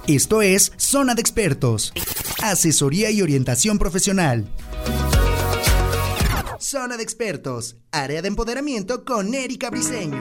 Esto es Zona de Expertos, asesoría y orientación profesional. Zona de Expertos, área de empoderamiento con Erika Briceño.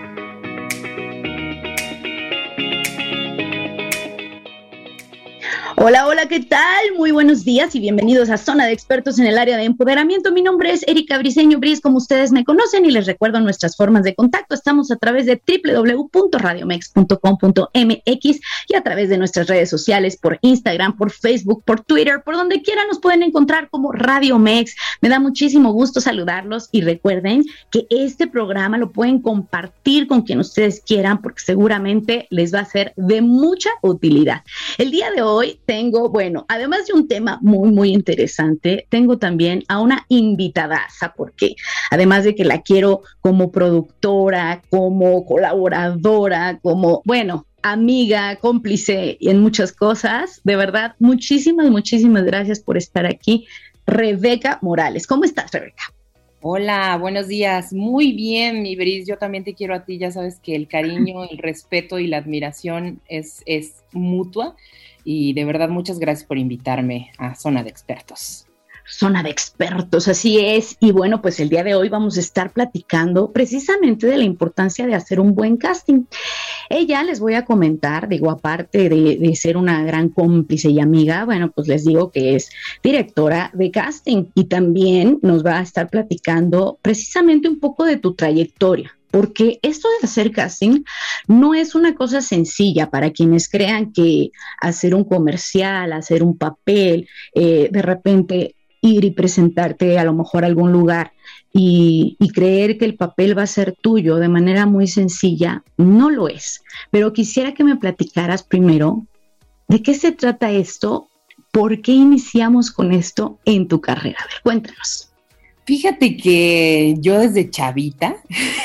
Hola, hola, ¿qué tal? Muy buenos días y bienvenidos a Zona de Expertos en el área de empoderamiento. Mi nombre es Erika Briceño, Bris, como ustedes me conocen, y les recuerdo nuestras formas de contacto. Estamos a través de www.radiomex.com.mx y a través de nuestras redes sociales, por Instagram, por Facebook, por Twitter, por donde quiera nos pueden encontrar como Radio Mex. Me da muchísimo gusto saludarlos y recuerden que este programa lo pueden compartir con quien ustedes quieran porque seguramente les va a ser de mucha utilidad. El día de hoy tengo, además de un tema muy, muy interesante, tengo también a una invitadaza, porque además de que la quiero como productora, como colaboradora, como, amiga, cómplice y en muchas cosas, de verdad, muchísimas, muchísimas gracias por estar aquí. Rebeca Morales, ¿cómo estás, Rebeca? Hola, buenos días. Muy bien, mi Bris. Yo también te quiero a ti. Ya sabes que el cariño, el respeto y la admiración es mutua. Y de verdad, muchas gracias por invitarme a Zona de Expertos. Zona de Expertos, así es. Y bueno, pues el día de hoy vamos a estar platicando precisamente de la importancia de hacer un buen casting. Ella, les voy a comentar, aparte de ser una gran cómplice y amiga, pues les digo que es directora de casting y también nos va a estar platicando precisamente un poco de tu trayectoria. Porque esto de hacer casting no es una cosa sencilla para quienes crean que hacer un comercial, hacer un papel, de repente ir y presentarte a lo mejor a algún lugar y creer que el papel va a ser tuyo de manera muy sencilla, no lo es. Pero quisiera que me platicaras primero de qué se trata esto, por qué iniciamos con esto en tu carrera. A ver, cuéntanos. Fíjate que yo desde chavita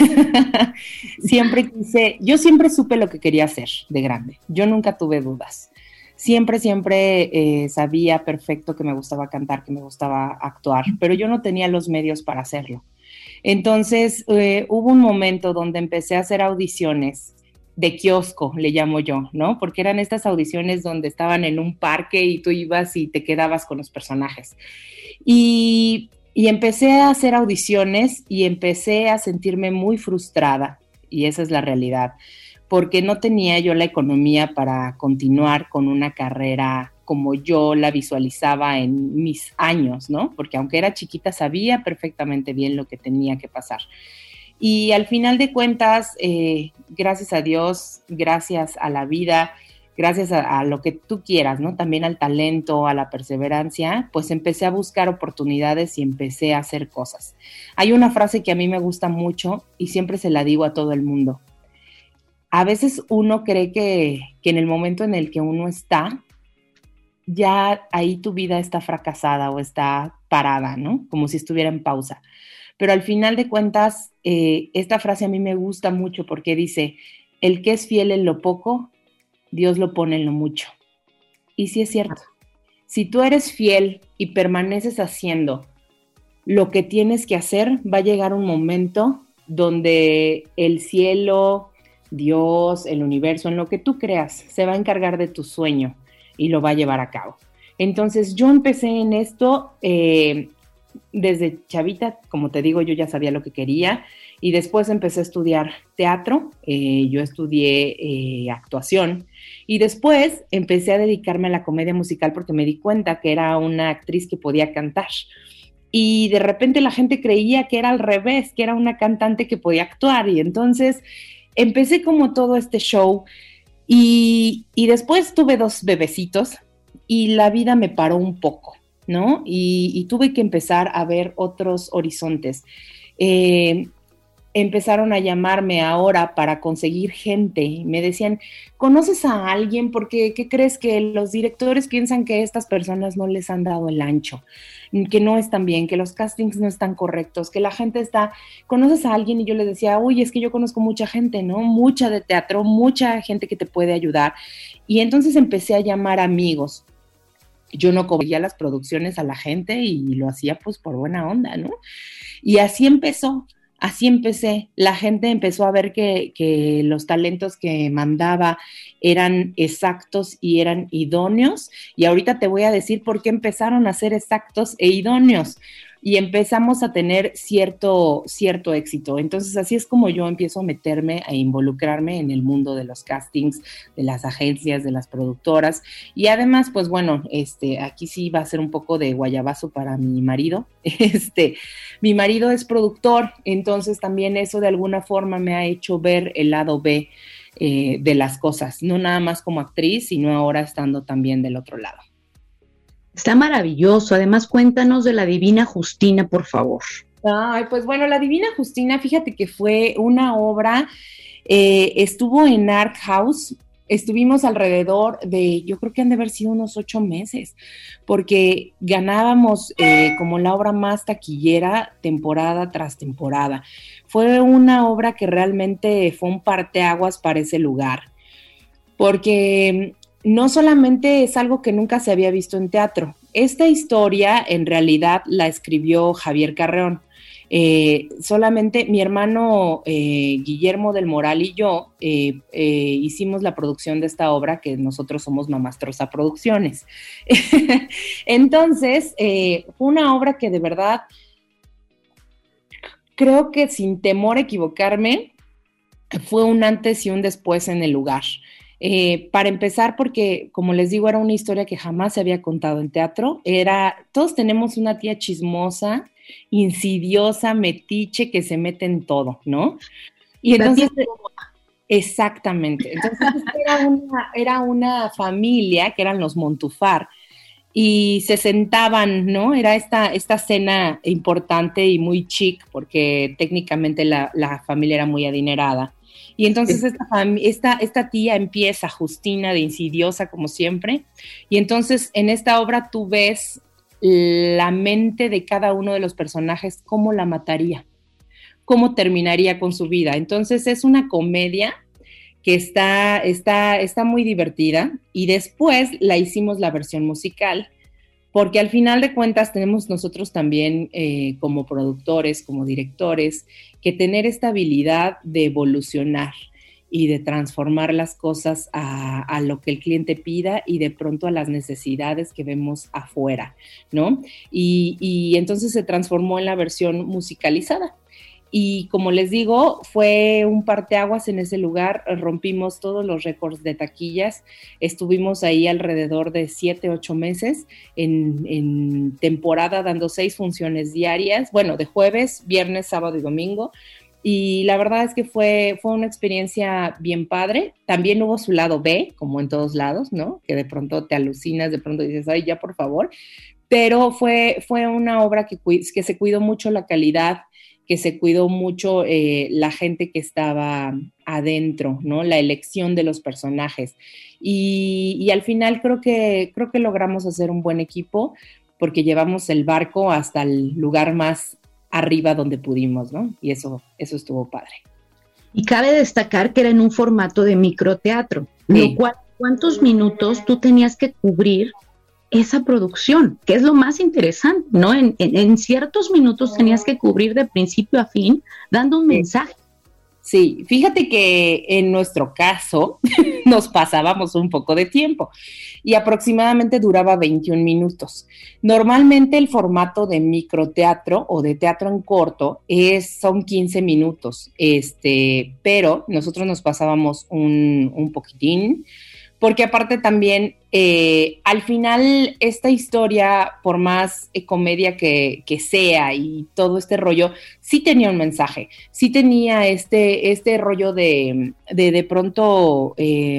yo siempre supe lo que quería hacer de grande. Yo nunca tuve dudas. Siempre sabía perfecto que me gustaba cantar, que me gustaba actuar, pero yo no tenía los medios para hacerlo. Entonces hubo un momento donde empecé a hacer audiciones de kiosco, le llamo yo, ¿no? Porque eran estas audiciones donde estaban en un parque y tú ibas y te quedabas con los personajes. Y empecé a hacer audiciones y empecé a sentirme muy frustrada, y esa es la realidad, porque no tenía yo la economía para continuar con una carrera como yo la visualizaba en mis años, ¿no? Porque aunque era chiquita sabía perfectamente bien lo que tenía que pasar. Y al final de cuentas, gracias a Dios, gracias a la vida, gracias a lo que tú quieras, ¿no? También al talento, a la perseverancia, pues empecé a buscar oportunidades y empecé a hacer cosas. Hay una frase que a mí me gusta mucho y siempre se la digo a todo el mundo. A veces uno cree que en el momento en el que uno está, ya ahí tu vida está fracasada o está parada, ¿no? Como si estuviera en pausa. Pero al final de cuentas, esta frase a mí me gusta mucho porque dice, el que es fiel en lo poco, Dios lo pone en lo mucho. Y sí es cierto. Si tú eres fiel y permaneces haciendo lo que tienes que hacer, va a llegar un momento donde el cielo, Dios, el universo, en lo que tú creas, se va a encargar de tu sueño y lo va a llevar a cabo. Entonces yo empecé en esto desde chavita, como te digo, yo ya sabía lo que quería. Y después empecé a estudiar teatro, yo estudié actuación y después empecé a dedicarme a la comedia musical porque me di cuenta que era una actriz que podía cantar. Y de repente la gente creía que era al revés, que era una cantante que podía actuar. Y entonces empecé como todo este show y después tuve 2 bebecitos y la vida me paró un poco, ¿no? Y tuve que empezar a ver otros horizontes. Empezaron a llamarme ahora para conseguir gente y me decían, ¿conoces a alguien? Porque ¿qué crees? Que los directores piensan que estas personas no les han dado el ancho, que no están bien, que los castings no están correctos, que la gente está, ¿conoces a alguien? Y yo les decía, uy, es que yo conozco mucha gente, ¿no? Mucha de teatro, mucha gente que te puede ayudar. Y entonces empecé a llamar amigos. Yo no cobraba las producciones a la gente y lo hacía pues por buena onda, ¿no? Y así empezó. Así empecé. La gente empezó a ver que los talentos que mandaba eran exactos y eran idóneos. Y ahorita te voy a decir por qué empezaron a ser exactos e idóneos. Y empezamos a tener cierto éxito. Entonces, así es como yo empiezo a meterme, a involucrarme en el mundo de los castings, de las agencias, de las productoras. Y además, pues bueno, aquí sí va a ser un poco de guayabazo para mi marido. Mi marido es productor, entonces también eso de alguna forma me ha hecho ver el lado B de las cosas, no nada más como actriz, sino ahora estando también del otro lado. Está maravilloso. Además, cuéntanos de La Divina Justina, por favor. Ay, pues bueno, La Divina Justina, fíjate que fue una obra, estuvo en Art House. Estuvimos alrededor de, yo creo que han de haber sido unos 8 meses, porque ganábamos como la obra más taquillera temporada tras temporada. Fue una obra que realmente fue un parteaguas para ese lugar, porque no solamente es algo que nunca se había visto en teatro. Esta historia en realidad la escribió Javier Carreón. Solamente mi hermano Guillermo del Moral y yo hicimos la producción de esta obra, que nosotros somos Mamastrosa Producciones. Entonces, fue una obra que de verdad creo que sin temor a equivocarme, fue un antes y un después en el lugar. Para empezar, porque como les digo, era una historia que jamás se había contado en teatro. Todos tenemos una tía chismosa, insidiosa, metiche, que se mete en todo, ¿no? Y entonces, exactamente. Entonces era una familia que eran los Montufar y se sentaban, ¿no? Era esta cena importante y muy chic, porque técnicamente la familia era muy adinerada. Y entonces esta tía empieza, Justina, de insidiosa como siempre, y entonces en esta obra tú ves la mente de cada uno de los personajes, cómo la mataría, cómo terminaría con su vida. Entonces es una comedia que está muy divertida, y después la hicimos la versión musical, porque al final de cuentas tenemos nosotros también como productores, como directores, que tener esta habilidad de evolucionar y de transformar las cosas a lo que el cliente pida y de pronto a las necesidades que vemos afuera, ¿no? Y entonces se transformó en la versión musicalizada. Y como les digo, fue un parteaguas en ese lugar, rompimos todos los récords de taquillas, estuvimos ahí alrededor de 7, 8 meses en temporada, dando 6 funciones diarias, bueno, de jueves, viernes, sábado y domingo, y la verdad es que fue una experiencia bien padre. También hubo su lado B, como en todos lados, ¿no? Que de pronto te alucinas, de pronto dices, ay, ya por favor, pero fue una obra que se cuidó mucho la calidad, que se cuidó mucho la gente que estaba adentro, ¿no? La elección de los personajes. Y al final creo que logramos hacer un buen equipo, porque llevamos el barco hasta el lugar más arriba donde pudimos, ¿no? Y eso estuvo padre. Y cabe destacar que era en un formato de microteatro, Sí. lo cual, ¿cuántos minutos tú tenías que cubrir esa producción? Que es lo más interesante, ¿no? En ciertos minutos tenías que cubrir de principio a fin, dando un mensaje. Sí, fíjate que en nuestro caso nos pasábamos un poco de tiempo y aproximadamente duraba 21 minutos. Normalmente el formato de microteatro o de teatro en corto son 15 minutos, pero nosotros nos pasábamos un poquitín, porque aparte también al final esta historia, por más comedia que sea y todo este rollo, sí tenía un mensaje, sí tenía este rollo de pronto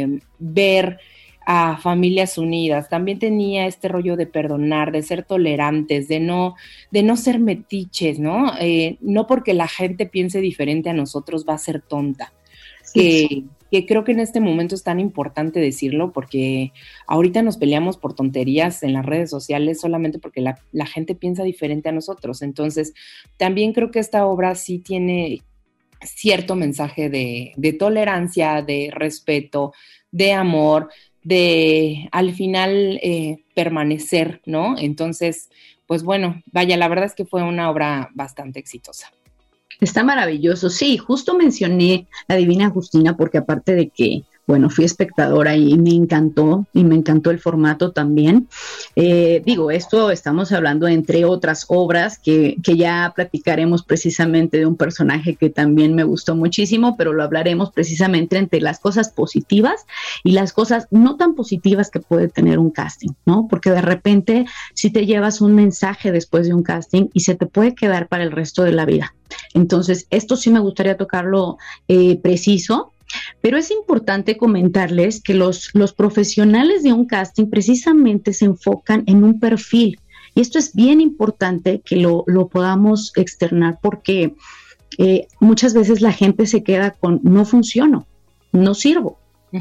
ver a familias unidas, también tenía este rollo de perdonar, de ser tolerantes, de no ser metiches, ¿no? No porque la gente piense diferente a nosotros va a ser tonta. Sí. Que creo que en este momento es tan importante decirlo, porque ahorita nos peleamos por tonterías en las redes sociales solamente porque la gente piensa diferente a nosotros. Entonces, también creo que esta obra sí tiene cierto mensaje de tolerancia, de respeto, de amor, de al final permanecer, ¿no? Entonces, pues bueno, vaya, la verdad es que fue una obra bastante exitosa. Está maravilloso. Sí, justo mencioné la Divina Justina porque aparte de que, bueno, fui espectadora y me encantó el formato también. Esto estamos hablando entre otras obras que ya platicaremos precisamente de un personaje que también me gustó muchísimo, pero lo hablaremos precisamente entre las cosas positivas y las cosas no tan positivas que puede tener un casting, ¿no? Porque de repente si te llevas un mensaje después de un casting y se te puede quedar para el resto de la vida. Entonces, esto sí me gustaría tocarlo preciso. Pero es importante comentarles que los profesionales de un casting precisamente se enfocan en un perfil. Y esto es bien importante que lo podamos externar porque muchas veces la gente se queda con no funciono, no sirvo,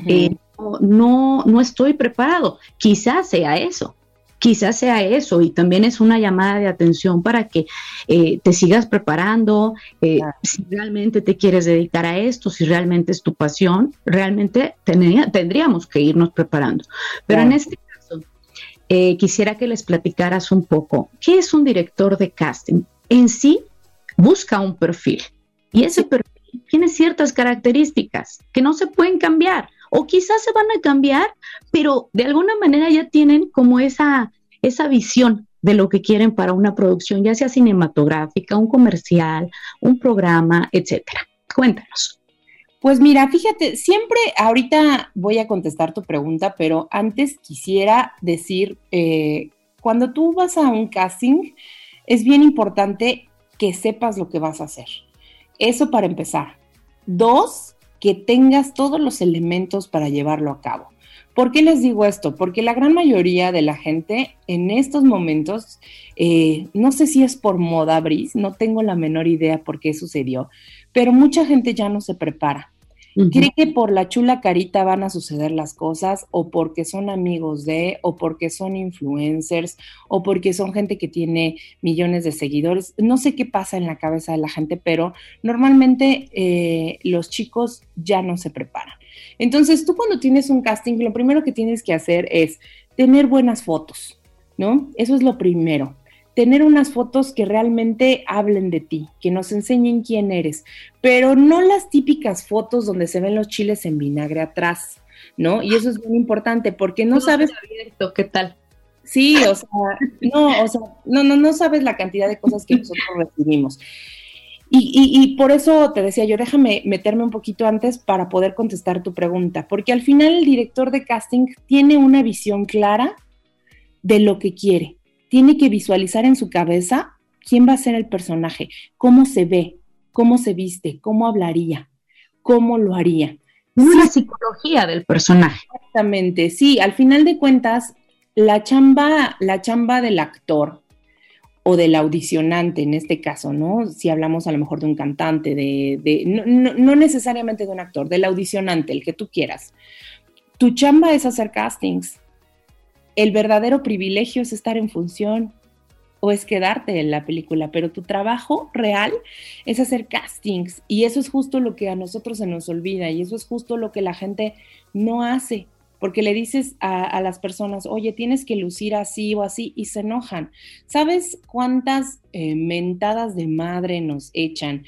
no estoy preparado. Quizás sea eso y también es una llamada de atención para que te sigas preparando, si realmente te quieres dedicar a esto, si realmente es tu pasión, realmente tendríamos que irnos preparando. Pero en este caso, quisiera que les platicaras un poco, ¿qué es un director de casting? En sí, busca un perfil y ese perfil tiene ciertas características que no se pueden cambiar. O quizás se van a cambiar, pero de alguna manera ya tienen como esa visión de lo que quieren para una producción, ya sea cinematográfica, un comercial, un programa, etcétera. Cuéntanos. Pues mira, fíjate, siempre ahorita voy a contestar tu pregunta, pero antes quisiera decir, cuando tú vas a un casting, es bien importante que sepas lo que vas a hacer. Eso para empezar. 2, que tengas todos los elementos para llevarlo a cabo. ¿Por qué les digo esto? Porque la gran mayoría de la gente en estos momentos, no sé si es por moda, Bris, no tengo la menor idea por qué sucedió, pero mucha gente ya no se prepara. Cree que por la chula carita van a suceder las cosas, o porque son amigos de, o porque son influencers, o porque son gente que tiene millones de seguidores. No sé qué pasa en la cabeza de la gente, pero normalmente los chicos ya no se preparan. Entonces, tú cuando tienes un casting, lo primero que tienes que hacer es tener buenas fotos, ¿no? Eso es lo primero. Tener unas fotos que realmente hablen de ti, que nos enseñen quién eres, pero no las típicas fotos donde se ven los chiles en vinagre atrás, ¿no? Y eso es muy importante porque no sabes... Abierto, ¿qué tal? Sí, no sabes la cantidad de cosas que nosotros recibimos. Y por eso te decía yo, déjame meterme un poquito antes para poder contestar tu pregunta, porque al final el director de casting tiene una visión clara de lo que quiere. Tiene que visualizar en su cabeza quién va a ser el personaje, cómo se ve, cómo se viste, cómo hablaría, cómo lo haría. Una psicología del personaje. Exactamente, sí, al final de cuentas, la chamba del actor o del audicionante en este caso, ¿no? Si hablamos a lo mejor de un cantante, no necesariamente de un actor, del audicionante, el que tú quieras. Tu chamba es hacer castings. El verdadero privilegio es estar en función o es quedarte en la película, pero tu trabajo real es hacer castings y eso es justo lo que a nosotros se nos olvida y eso es justo lo que la gente no hace, porque le dices a las personas, oye, tienes que lucir así o así y se enojan. ¿Sabes cuántas mentadas de madre nos echan?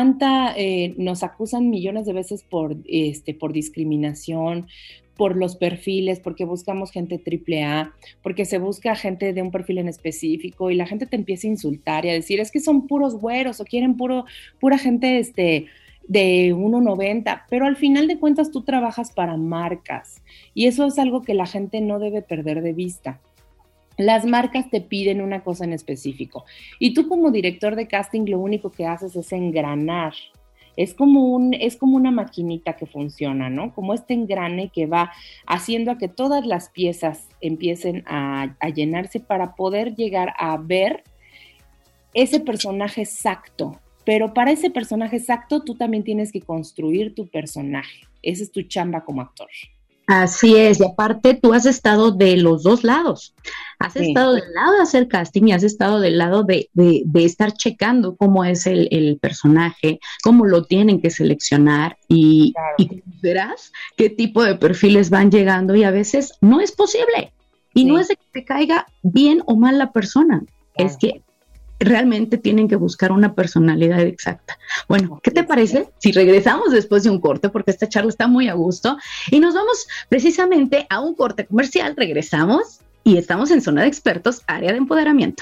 Nos acusan millones de veces por discriminación, por los perfiles, porque buscamos gente AAA, porque se busca gente de un perfil en específico y la gente te empieza a insultar y a decir, es que son puros güeros o quieren pura gente de 1.90, pero al final de cuentas tú trabajas para marcas y eso es algo que la gente no debe perder de vista. Las marcas te piden una cosa en específico y tú como director de casting lo único que haces es engranar. Es como una maquinita que funciona, ¿no? Como este engrane que va haciendo a que todas las piezas empiecen a llenarse para poder llegar a ver ese personaje exacto. Pero para ese personaje exacto, tú también tienes que construir tu personaje. Esa es tu chamba como actor. Así es, y aparte tú has estado de los dos lados. Has estado del lado de hacer casting y has estado del lado de estar checando cómo es el personaje, cómo lo tienen que seleccionar y verás qué tipo de perfiles van llegando y a veces no es posible. Y no es de que te caiga bien o mal la persona, es que realmente tienen que buscar una personalidad exacta. Bueno, ¿qué te parece si regresamos después de un corte? Porque esta charla está muy a gusto y nos vamos precisamente a un corte comercial. Regresamos y estamos en Zona de Expertos, área de empoderamiento.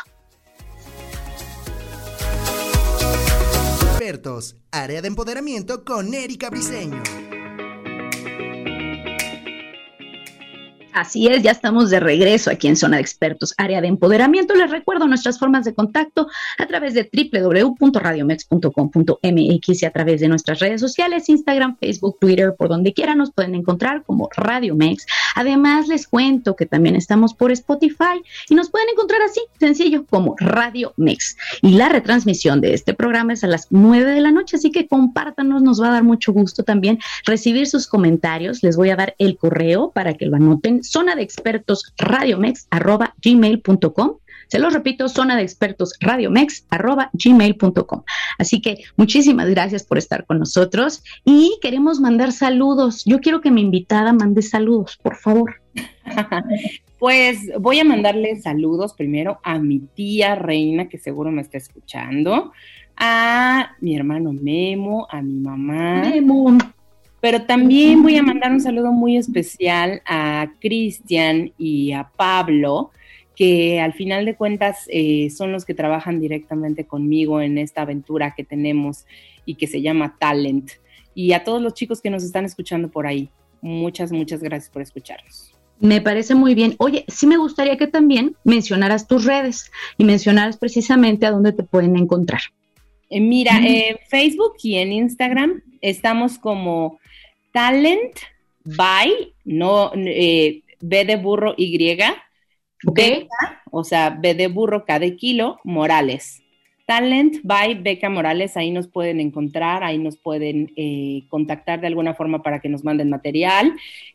Expertos, área de empoderamiento con Erika Briceño. Así es, ya estamos de regreso aquí en Zona de Expertos, área de empoderamiento. Les recuerdo nuestras formas de contacto a través de www.radiomex.com.mx y a través de nuestras redes sociales, Instagram, Facebook, Twitter, por donde quiera nos pueden encontrar como Radio Mex. Además, les cuento que también estamos por Spotify y nos pueden encontrar así, sencillo, como Radio Mex. Y la retransmisión de este programa es a las 9 de la noche, así que compártanos, nos va a dar mucho gusto también recibir sus comentarios. Les voy a dar el correo para que lo anoten: zona de expertos radiomex@gmail.com. Se los repito, zona de expertos radiomex@gmail.com. Así que muchísimas gracias por estar con nosotros y queremos mandar saludos. Yo quiero que mi invitada mande saludos, por favor. Pues voy a mandarle saludos primero a mi tía Reina, que seguro me está escuchando, a mi hermano Memo, a mi mamá. Memo. Pero también voy a mandar un saludo muy especial a Cristian y a Pablo, que al final de cuentas son los que trabajan directamente conmigo en esta aventura que tenemos y que se llama Talent. Y a todos los chicos que nos están escuchando por ahí, muchas gracias por escucharnos. Me parece muy bien. Oye, sí me gustaría que también mencionaras tus redes y mencionaras precisamente a dónde te pueden encontrar. Mira, en Facebook y en Instagram estamos como Talent by, B de burro Y, Okay. Beca, o sea, B de burro, K de kilo, Morales. Talent by Beca Morales, ahí nos pueden encontrar, ahí nos pueden contactar de alguna forma para que nos manden material.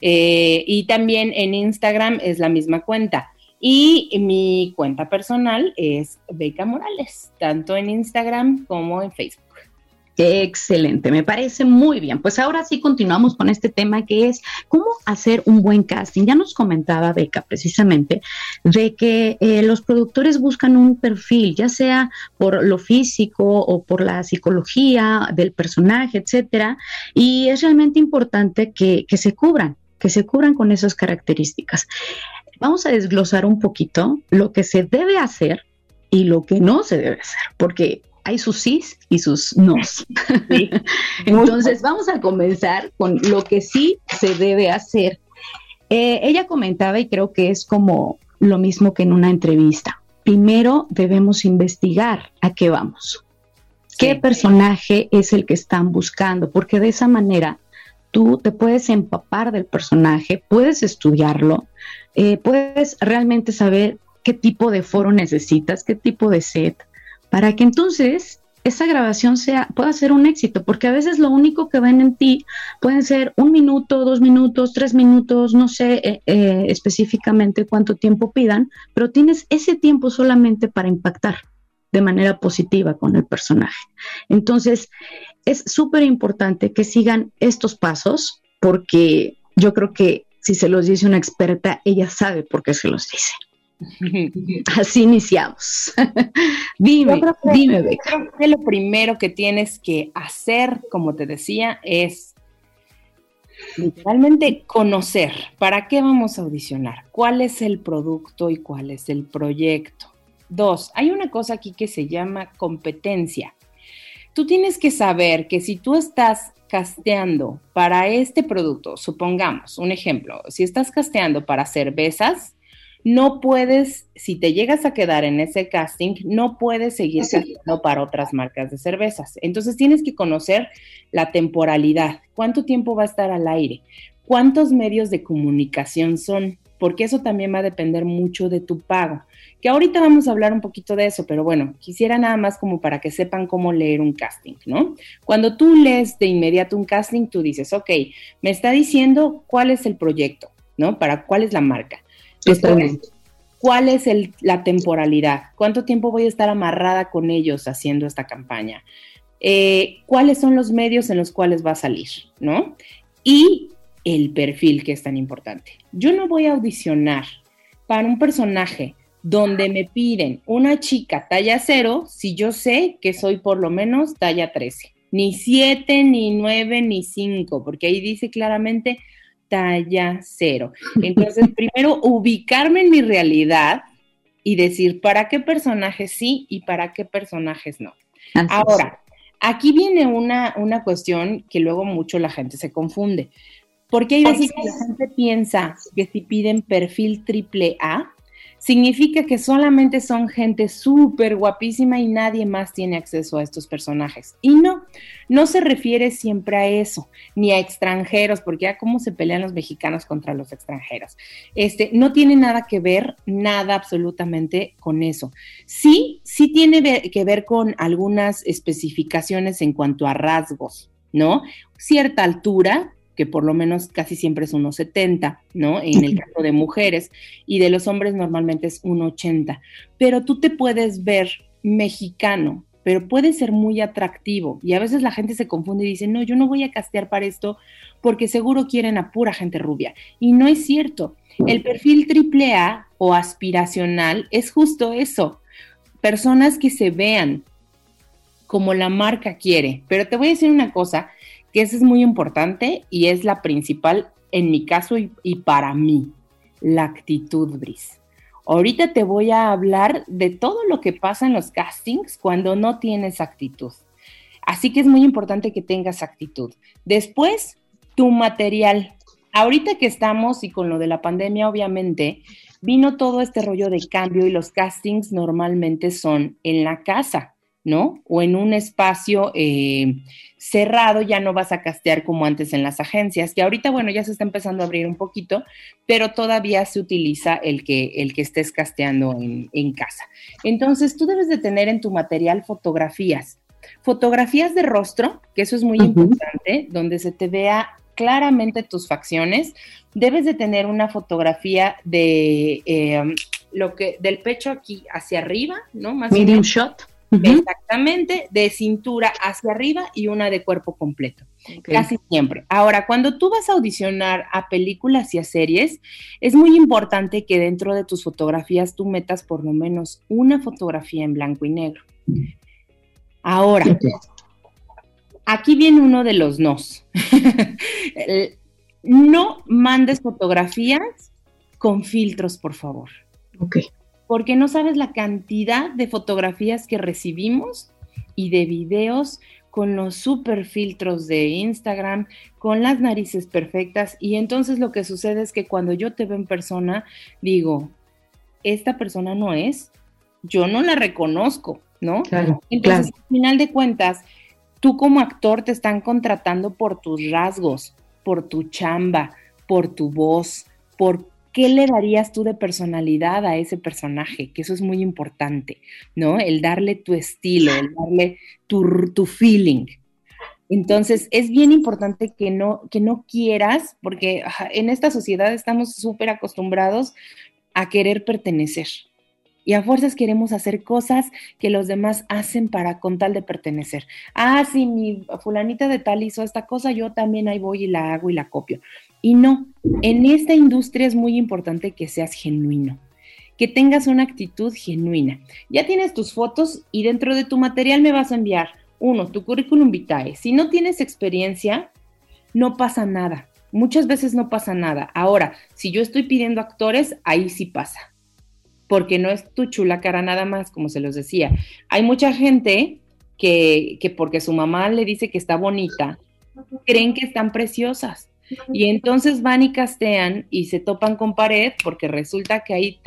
Y también en Instagram es la misma cuenta. Y mi cuenta personal es Beca Morales, tanto en Instagram como en Facebook. Excelente, me parece muy bien. Pues ahora sí continuamos con este tema que es cómo hacer un buen casting. Ya nos comentaba Beca precisamente de que los productores buscan un perfil, ya sea por lo físico o por la psicología del personaje, etcétera, y es realmente importante que se cubran con esas características. Vamos a desglosar un poquito lo que se debe hacer y lo que no se debe hacer, porque hay sus sís y sus nos. Sí. Entonces, vamos a comenzar con lo que sí se debe hacer. Ella comentaba, y creo que es como lo mismo que en una entrevista. Primero debemos investigar a qué vamos. ¿Qué personaje es el que están buscando? Porque de esa manera tú te puedes empapar del personaje, puedes estudiarlo, puedes realmente saber qué tipo de foro necesitas, qué tipo de set, para que entonces esa grabación pueda ser un éxito, porque a veces lo único que ven en ti pueden ser 1 minuto, 2 minutos, 3 minutos, no sé específicamente cuánto tiempo pidan, pero tienes ese tiempo solamente para impactar de manera positiva con el personaje. Entonces, es súper importante que sigan estos pasos, porque yo creo que si se los dice una experta, ella sabe por qué se los dice. Así iniciamos. Dime, Beca. Creo que lo primero que tienes que hacer, como te decía, es literalmente conocer para qué vamos a audicionar, cuál es el producto y cuál es el proyecto. 2, hay una cosa aquí que se llama competencia. Tú tienes que saber que si tú estás casteando para este producto, supongamos, un ejemplo, si estás casteando para cervezas, no puedes, si te llegas a quedar en ese casting, no puedes seguir casteando para otras marcas de cervezas. Entonces tienes que conocer la temporalidad, cuánto tiempo va a estar al aire, cuántos medios de comunicación son, porque eso también va a depender mucho de tu pago. Que ahorita vamos a hablar un poquito de eso, pero bueno, quisiera nada más como para que sepan cómo leer un casting, ¿no? Cuando tú lees de inmediato un casting, tú dices, ok, me está diciendo cuál es el proyecto, ¿no? ¿Cuál es la marca? Después, ¿cuál es la temporalidad? ¿Cuánto tiempo voy a estar amarrada con ellos haciendo esta campaña? ¿Cuáles son los medios en los cuales va a salir, ¿no? Y el perfil, que es tan importante. Yo no voy a audicionar para un personaje donde me piden una chica talla 0, si yo sé que soy por lo menos talla 13, ni 7, ni 9, ni 5, porque ahí dice claramente talla 0. Entonces, primero ubicarme en mi realidad y decir para qué personajes sí y para qué personajes no. Ahora, aquí viene una cuestión que luego mucho la gente se confunde, porque hay veces que la gente piensa que si piden perfil AAA, significa que solamente son gente súper guapísima y nadie más tiene acceso a estos personajes. Y no se refiere siempre a eso, ni a extranjeros, porque ya cómo se pelean los mexicanos contra los extranjeros. No tiene nada que ver, nada absolutamente con eso. Sí tiene que ver con algunas especificaciones en cuanto a rasgos, ¿no? Cierta altura, que por lo menos casi siempre es 1.70, ¿no? En el caso de mujeres, y de los hombres normalmente es 1.80. Pero tú te puedes ver mexicano, pero puede ser muy atractivo, y a veces la gente se confunde y dice, no, yo no voy a castear para esto porque seguro quieren a pura gente rubia, y no es cierto. El perfil AAA o aspiracional es justo eso, personas que se vean como la marca quiere. Pero te voy a decir una cosa, que eso es muy importante y es la principal en mi caso y para mí, la actitud, Bris. Ahorita te voy a hablar de todo lo que pasa en los castings cuando no tienes actitud. Así que es muy importante que tengas actitud. Después, tu material. Ahorita que estamos y con lo de la pandemia, obviamente, vino todo este rollo de cambio y los castings normalmente son en la casa, ¿no? O en un espacio cerrado, ya no vas a castear como antes en las agencias, que ahorita, bueno, ya se está empezando a abrir un poquito, pero todavía se utiliza el que estés casteando en casa. Entonces, tú debes de tener en tu material fotografías de rostro, que eso es muy importante, donde se te vea claramente tus facciones. Debes de tener una fotografía de del pecho aquí hacia arriba, ¿no? Más medium shot. Exactamente, de cintura hacia arriba y una de cuerpo completo, casi siempre. Ahora, cuando tú vas a audicionar a películas y a series, es muy importante que dentro de tus fotografías tú metas por lo menos una fotografía en blanco y negro. Ahora, aquí viene uno de los nos. No mandes fotografías con filtros, por favor. Porque no sabes la cantidad de fotografías que recibimos y de videos con los super filtros de Instagram, con las narices perfectas, y entonces lo que sucede es que cuando yo te veo en persona, digo, esta persona no es, yo no la reconozco, ¿no? Claro, entonces, al final de cuentas, tú como actor te están contratando por tus rasgos, por tu chamba, por tu voz, por ¿qué le darías tú de personalidad a ese personaje? Que eso es muy importante, ¿no? El darle tu estilo, el darle tu feeling. Entonces, es bien importante que no quieras, porque en esta sociedad estamos súper acostumbrados a querer pertenecer. Y a fuerzas queremos hacer cosas que los demás hacen con tal de pertenecer. Si mi fulanita de tal hizo esta cosa, yo también ahí voy y la hago y la copio. Y no, en esta industria es muy importante que seas genuino, que tengas una actitud genuina. Ya tienes tus fotos y dentro de tu material me vas a enviar, tu currículum vitae. Si no tienes experiencia, no pasa nada. Muchas veces no pasa nada. Ahora, si yo estoy pidiendo actores, ahí sí pasa. Porque no es tu chula cara nada más, como se los decía. Hay mucha gente que porque su mamá le dice que está bonita, creen que están preciosas. Y entonces van y castean y se topan con pared porque resulta que hay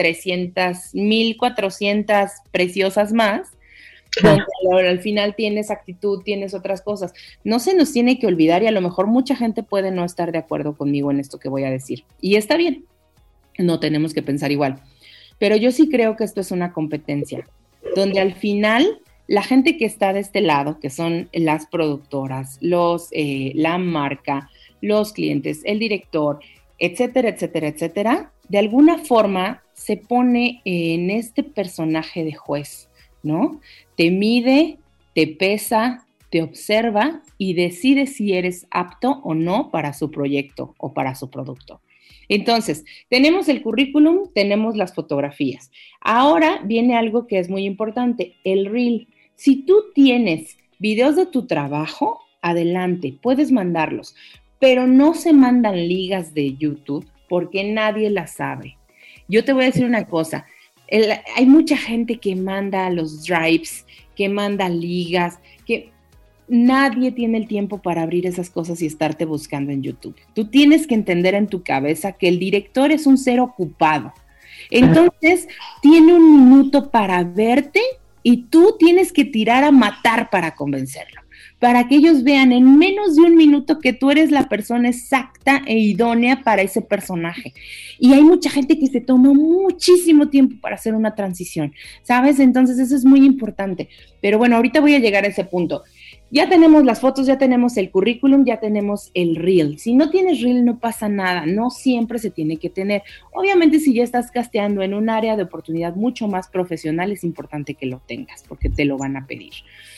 1,400 preciosas más, donde al final tienes actitud, tienes otras cosas. No se nos tiene que olvidar, y a lo mejor mucha gente puede no estar de acuerdo conmigo en esto que voy a decir. Y está bien, no tenemos que pensar igual. Pero yo sí creo que esto es una competencia, donde al final la gente que está de este lado, que son las productoras, la marca, los clientes, el director, etcétera, etcétera, etcétera, de alguna forma se pone en este personaje de juez, ¿no? Te mide, te pesa, te observa y decide si eres apto o no para su proyecto o para su producto. Entonces, tenemos el currículum, tenemos las fotografías. Ahora viene algo que es muy importante, el reel. Si tú tienes videos de tu trabajo, adelante, puedes mandarlos, pero no se mandan ligas de YouTube porque nadie las sabe. Yo te voy a decir una cosa, hay mucha gente que manda los drives, que manda ligas, que nadie tiene el tiempo para abrir esas cosas y estarte buscando en YouTube. Tú tienes que entender en tu cabeza que el director es un ser ocupado. Entonces, tiene un minuto para verte y tú tienes que tirar a matar para convencerlo, para que ellos vean en menos de un minuto que tú eres la persona exacta e idónea para ese personaje. Y hay mucha gente que se toma muchísimo tiempo para hacer una transición, ¿sabes? Entonces eso es muy importante. Pero bueno, ahorita voy a llegar a ese punto. Ya tenemos las fotos, ya tenemos el currículum, ya tenemos el reel. Si no tienes reel no pasa nada, no siempre se tiene que tener. Obviamente si ya estás casteando en un área de oportunidad mucho más profesional es importante que lo tengas porque te lo van a pedir.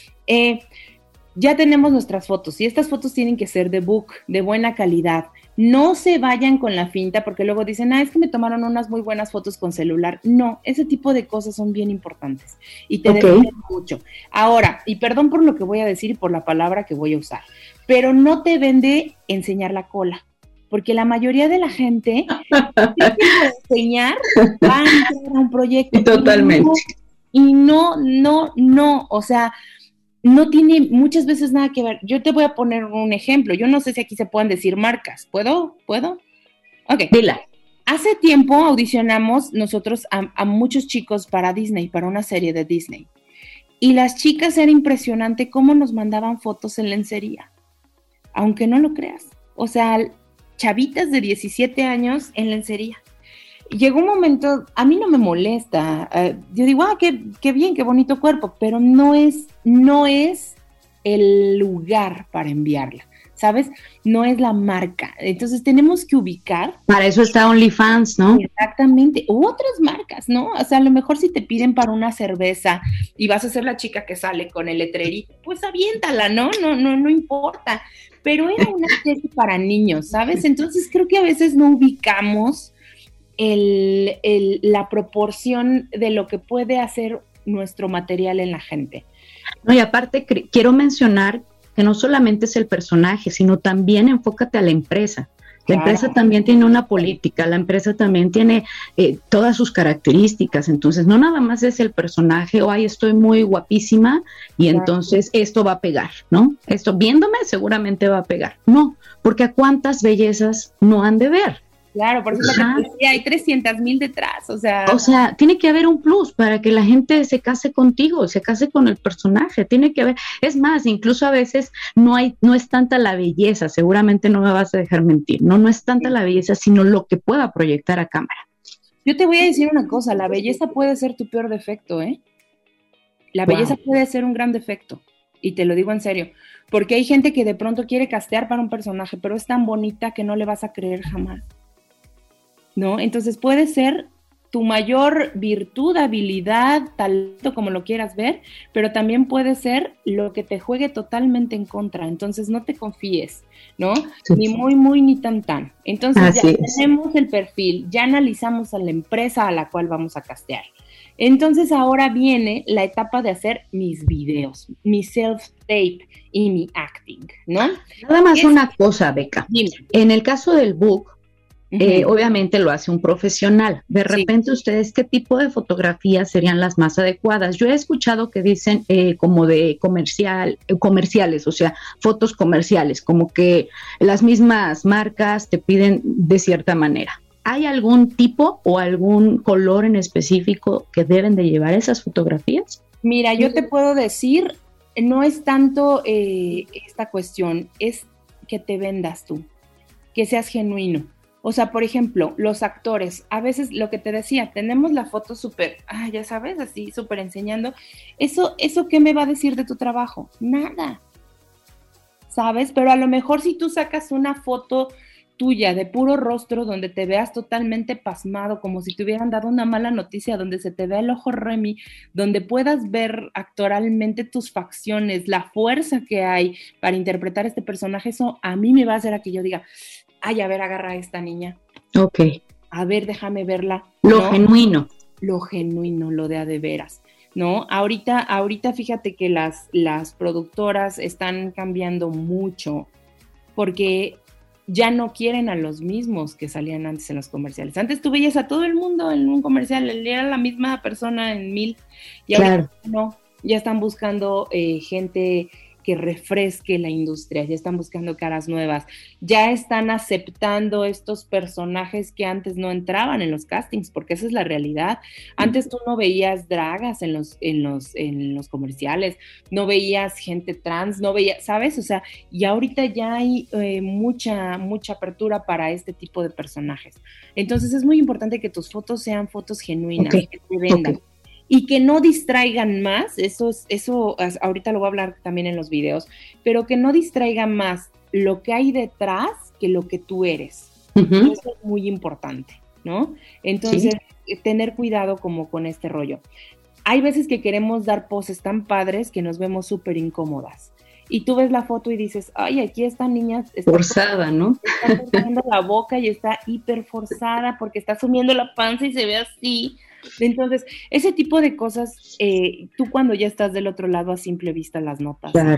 Ya tenemos nuestras fotos y estas fotos tienen que ser de book, de buena calidad. No se vayan con la finta porque luego dicen, es que me tomaron unas muy buenas fotos con celular. No, ese tipo de cosas son bien importantes y te dependen mucho. Ahora, y perdón por lo que voy a decir y por la palabra que voy a usar, pero no te vende enseñar la cola, porque la mayoría de la gente que enseñar va a entrar a un proyecto. Totalmente. Y no, o sea, no tiene muchas veces nada que ver. Yo te voy a poner un ejemplo. Yo no sé si aquí se pueden decir marcas. ¿Puedo? Ok. Dila. Hace tiempo audicionamos nosotros a muchos chicos para Disney, para una serie de Disney. Y las chicas era impresionante cómo nos mandaban fotos en lencería. Aunque no lo creas. O sea, chavitas de 17 años en lencería. Llegó un momento, a mí no me molesta, yo digo, qué bien, qué bonito cuerpo, pero no es el lugar para enviarla, ¿sabes? No es la marca, entonces tenemos que ubicar. Para eso está OnlyFans, ¿no? Exactamente, u otras marcas, ¿no? O sea, a lo mejor si te piden para una cerveza y vas a ser la chica que sale con el letrerito, pues aviéntala, ¿no? No importa, pero era una serie para niños, ¿sabes? Entonces creo que a veces no ubicamos la proporción de lo que puede hacer nuestro material en la gente. No, y aparte quiero mencionar que no solamente es el personaje, sino también enfócate a la empresa. La empresa también tiene una política, la empresa también tiene todas sus características, entonces no nada más es el personaje, estoy muy guapísima y entonces esto va a pegar, ¿no? Esto viéndome seguramente va a pegar. No, porque a cuántas bellezas no han de ver. Claro, por eso hay 300,000 detrás, o sea, tiene que haber un plus para que la gente se case contigo, se case con el personaje, tiene que haber, es más, incluso a veces no es tanta la belleza, seguramente no me vas a dejar mentir, no es tanta la belleza, sino lo que pueda proyectar a cámara. Yo te voy a decir una cosa, la belleza puede ser tu peor defecto, La belleza puede ser un gran defecto, y te lo digo en serio, porque hay gente que de pronto quiere castear para un personaje, pero es tan bonita que no le vas a creer jamás. ¿No? Entonces puede ser tu mayor virtud, habilidad, talento, como lo quieras ver, pero también puede ser lo que te juegue totalmente en contra. Entonces no te confíes, ¿no? Sí. Ni muy, ni tan. Entonces tenemos el perfil, ya analizamos a la empresa a la cual vamos a castear. Entonces ahora viene la etapa de hacer mis videos, mi self-tape y mi acting, ¿no? Nada más una cosa, Beca. Dime. En el caso del book, obviamente lo hace un profesional. De repente, ustedes, ¿qué tipo de fotografías serían las más adecuadas? Yo he escuchado que dicen como de comerciales, o sea, fotos comerciales, como que las mismas marcas te piden de cierta manera. ¿Hay algún tipo o algún color en específico que deben de llevar esas fotografías? Mira, yo te puedo decir, no es tanto esta cuestión, es que te vendas tú, que seas genuino. O sea, por ejemplo, los actores, a veces lo que te decía, tenemos la foto súper, ya sabes, así súper enseñando. ¿Eso qué me va a decir de tu trabajo? Nada, ¿sabes? Pero a lo mejor si tú sacas una foto tuya de puro rostro donde te veas totalmente pasmado, como si te hubieran dado una mala noticia, donde se te vea el ojo Remy, donde puedas ver actoralmente tus facciones, la fuerza que hay para interpretar este personaje, eso a mí me va a hacer a que yo diga, a ver, agarra a esta niña, Ok. A ver, déjame verla. Lo ¿no? genuino. Lo genuino, lo de a de veras, ¿no? Ahorita fíjate que las productoras están cambiando mucho porque ya no quieren a los mismos que salían antes en los comerciales. Antes tú veías a todo el mundo en un comercial, era la misma persona en 1000, y ahora no, ya están buscando gente que refresque la industria, ya están buscando caras nuevas, ya están aceptando estos personajes que antes no entraban en los castings, porque esa es la realidad. Antes tú no veías dragas en los comerciales, no veías gente trans, no veías, ¿sabes? O sea, y ahorita ya hay mucha apertura para este tipo de personajes. Entonces es muy importante que tus fotos sean fotos genuinas, que te vendan. Y que no distraigan más, eso ahorita lo voy a hablar también en los videos, pero que no distraigan más lo que hay detrás que lo que tú eres. Uh-huh. Eso es muy importante, ¿no? Entonces, tener cuidado como con este rollo. Hay veces que queremos dar poses tan padres que nos vemos súper incómodas. Y tú ves la foto y dices, ay, aquí esta niña está forzada, ¿no? Está forzando la boca y está hiper forzada porque está sumiendo la panza y se ve así. Entonces, ese tipo de cosas, tú cuando ya estás del otro lado a simple vista las notas. Claro.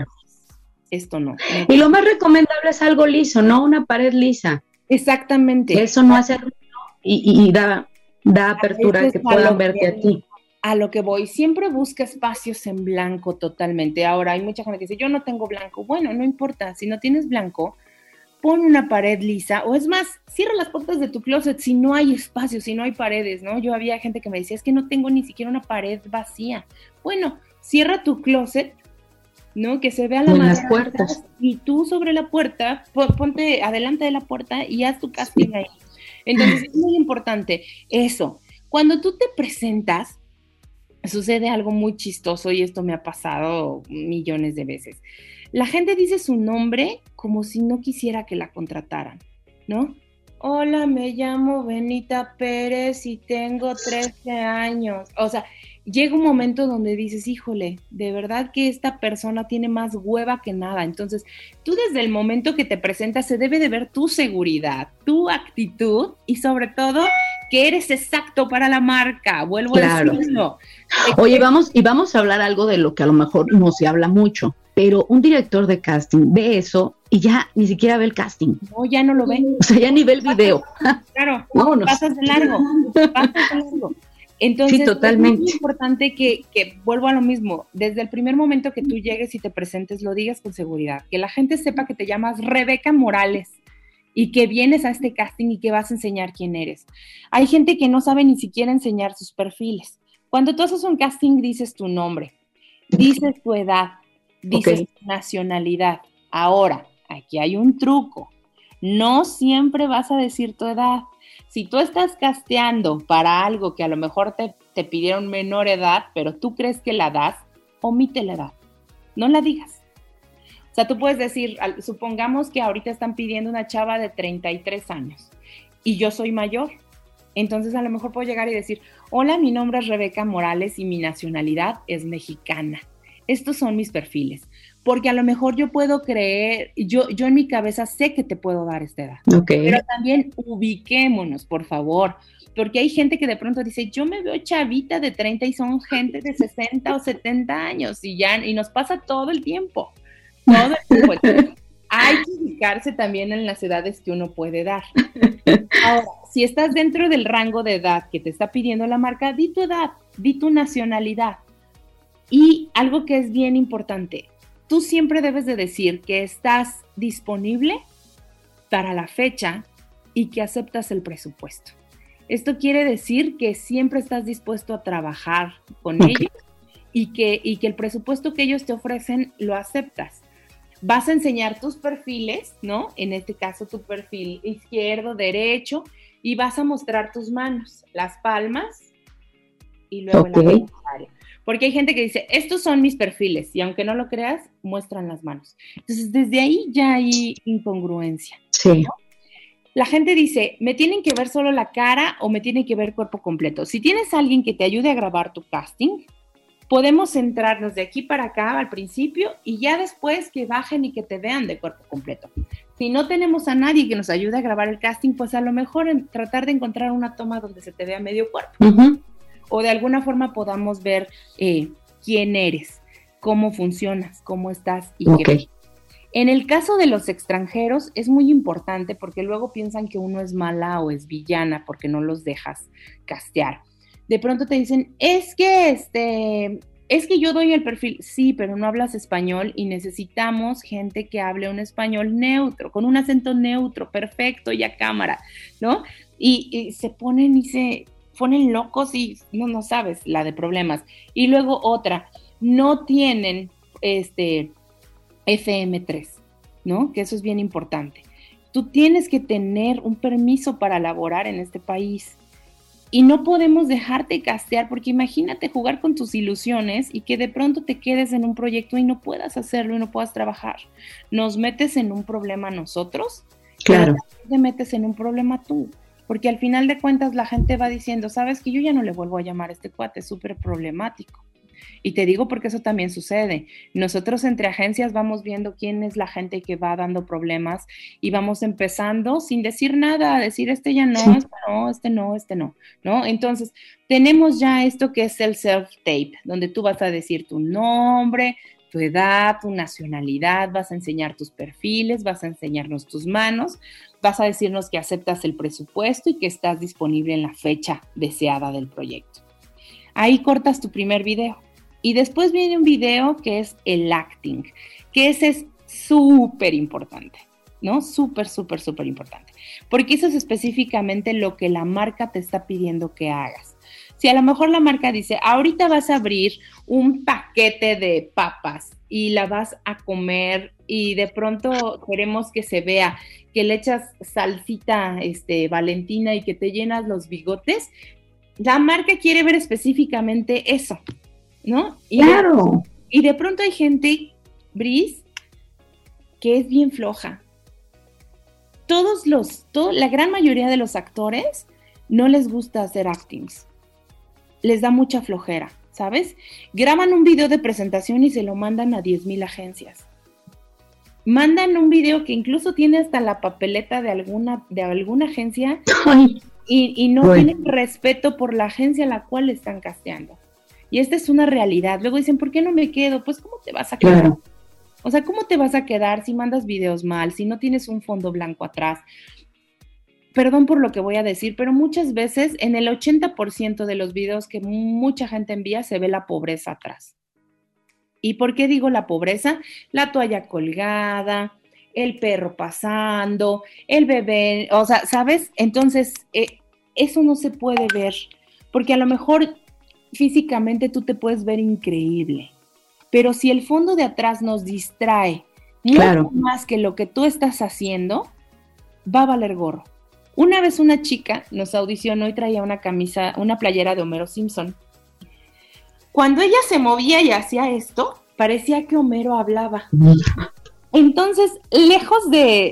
Esto no. Y lo más recomendable es algo liso, no una pared lisa. Exactamente. Eso no hace ruido y da apertura a que puedan verte a ti. A lo que voy, siempre busca espacios en blanco totalmente. Ahora, hay mucha gente que dice, yo no tengo blanco. Bueno, no importa, si no tienes blanco, pon una pared lisa, o es más, cierra las puertas de tu closet si no hay espacio, si no hay paredes, ¿no? Yo había gente que me decía, es que no tengo ni siquiera una pared vacía. Bueno, cierra tu closet, ¿no? Que se vea la madera. Las puertas. Y tú sobre la puerta, ponte adelante de la puerta y haz tu casting ahí. Entonces, es muy importante eso. Cuando tú te presentas, sucede algo muy chistoso y esto me ha pasado millones de veces. La gente dice su nombre como si no quisiera que la contrataran, ¿no? Hola, me llamo Benita Pérez y tengo 13 años. O sea, llega un momento donde dices, híjole, de verdad que esta persona tiene más hueva que nada. Entonces, tú desde el momento que te presentas se debe de ver tu seguridad, tu actitud y sobre todo que eres exacto para la marca. Vuelvo a decirlo. Oye, vamos a hablar algo de lo que a lo mejor no se habla mucho. Pero un director de casting ve eso y ya ni siquiera ve el casting. No, ya no lo ve. O sea, ya ni ve el video. Claro, pasas de largo. Entonces, sí, totalmente. Es muy importante que vuelvo a lo mismo. Desde el primer momento que tú llegues y te presentes, lo digas con seguridad. Que la gente sepa que te llamas Rebeca Morales y que vienes a este casting y que vas a enseñar quién eres. Hay gente que no sabe ni siquiera enseñar sus perfiles. Cuando tú haces un casting, dices tu nombre, dices tu edad, dices tu nacionalidad. Ahora, aquí hay un truco. No siempre vas a decir tu edad. Si tú estás casteando para algo que a lo mejor te pidieron menor edad, pero tú crees que la das, omite la edad. No la digas. O sea, tú puedes decir, supongamos que ahorita están pidiendo una chava de 33 años y yo soy mayor. Entonces a lo mejor puedo llegar y decir, hola, mi nombre es Rebeca Morales y mi nacionalidad es mexicana. Estos son mis perfiles, porque a lo mejor yo puedo creer, yo en mi cabeza sé que te puedo dar esta edad, pero también ubiquémonos, por favor, porque hay gente que de pronto dice, yo me veo chavita de 30 y son gente de 60 o 70 años y nos pasa todo el tiempo. Entonces, hay que ubicarse también en las edades que uno puede dar. Ahora, si estás dentro del rango de edad que te está pidiendo la marca, di tu edad, di tu nacionalidad. Y algo que es bien importante, tú siempre debes de decir que estás disponible para la fecha y que aceptas el presupuesto. Esto quiere decir que siempre estás dispuesto a trabajar con ellos y que el presupuesto que ellos te ofrecen lo aceptas. Vas a enseñar tus perfiles, ¿no? En este caso tu perfil izquierdo, derecho, y vas a mostrar tus manos, las palmas y luego la área. Porque hay gente que dice, estos son mis perfiles, y aunque no lo creas, muestran las manos. Entonces, desde ahí ya hay incongruencia. Sí. ¿No? La gente dice, ¿me tienen que ver solo la cara o me tienen que ver cuerpo completo? Si tienes a alguien que te ayude a grabar tu casting, podemos centrarnos de aquí para acá al principio y ya después que bajen y que te vean de cuerpo completo. Si no tenemos a nadie que nos ayude a grabar el casting, pues a lo mejor tratar de encontrar una toma donde se te vea medio cuerpo. Uh-huh. O de alguna forma podamos ver quién eres, cómo funcionas, cómo estás y qué. En el caso de los extranjeros es muy importante porque luego piensan que uno es mala o es villana porque no los dejas castear. De pronto te dicen, es que yo doy el perfil. Sí, pero no hablas español y necesitamos gente que hable un español neutro, con un acento neutro, perfecto y a cámara, ¿no? Y se ponen locos y no sabes la de problemas. Y luego otra, no tienen FM3, ¿no? Que eso es bien importante. Tú tienes que tener un permiso para laborar en este país. Y no podemos dejarte castear, porque imagínate jugar con tus ilusiones y que de pronto te quedes en un proyecto y no puedas hacerlo y no puedas trabajar. Nos metes en un problema nosotros, claro. Pero te metes en un problema tú, porque al final de cuentas la gente va diciendo, sabes que yo ya no le vuelvo a llamar a este cuate, es súper problemático. Y te digo porque eso también sucede. Nosotros entre agencias vamos viendo quién es la gente que va dando problemas y vamos empezando sin decir nada, a decir ya no, sí. este no, ¿no? Entonces, tenemos ya esto que es el self-tape, donde tú vas a decir tu nombre, tu edad, tu nacionalidad, vas a enseñar tus perfiles, vas a enseñarnos tus manos, vas a decirnos que aceptas el presupuesto y que estás disponible en la fecha deseada del proyecto. Ahí cortas tu primer video. Y después viene un video que es el acting, que ese es súper importante, ¿no? Súper importante. Porque eso es específicamente lo que la marca te está pidiendo que hagas. Si a lo mejor la marca dice, ahorita vas a abrir un paquete de papas y la vas a comer y de pronto queremos que se vea que le echas salsita Valentina y que te llenas los bigotes, la marca quiere ver específicamente eso, ¿no? Claro. Y de pronto hay gente, Bris, que es bien floja. La gran mayoría de los actores no les gusta hacer actings. Les da mucha flojera, ¿sabes? Graban un video de presentación y se lo mandan a 10,000 agencias. Mandan un video que incluso tiene hasta la papeleta de alguna agencia. Ay. Y no tienen respeto por la agencia a la cual le están casteando. Y esta es una realidad. Luego dicen, ¿por qué no me quedo? Pues, ¿cómo te vas a quedar? Claro. O sea, ¿cómo te vas a quedar si mandas videos mal, si no tienes un fondo blanco atrás? Perdón por lo que voy a decir, pero muchas veces en el 80% de los videos que mucha gente envía se ve la pobreza atrás. ¿Y por qué digo la pobreza? La toalla colgada, el perro pasando, el bebé, o sea, ¿sabes? Entonces, eso no se puede ver, porque a lo mejor físicamente tú te puedes ver increíble, pero si el fondo de atrás nos distrae mucho más que lo que tú estás haciendo, va a valer gorro. Una vez una chica nos audicionó y traía una playera de Homero Simpson. Cuando ella se movía y hacía esto, parecía que Homero hablaba. Entonces, lejos de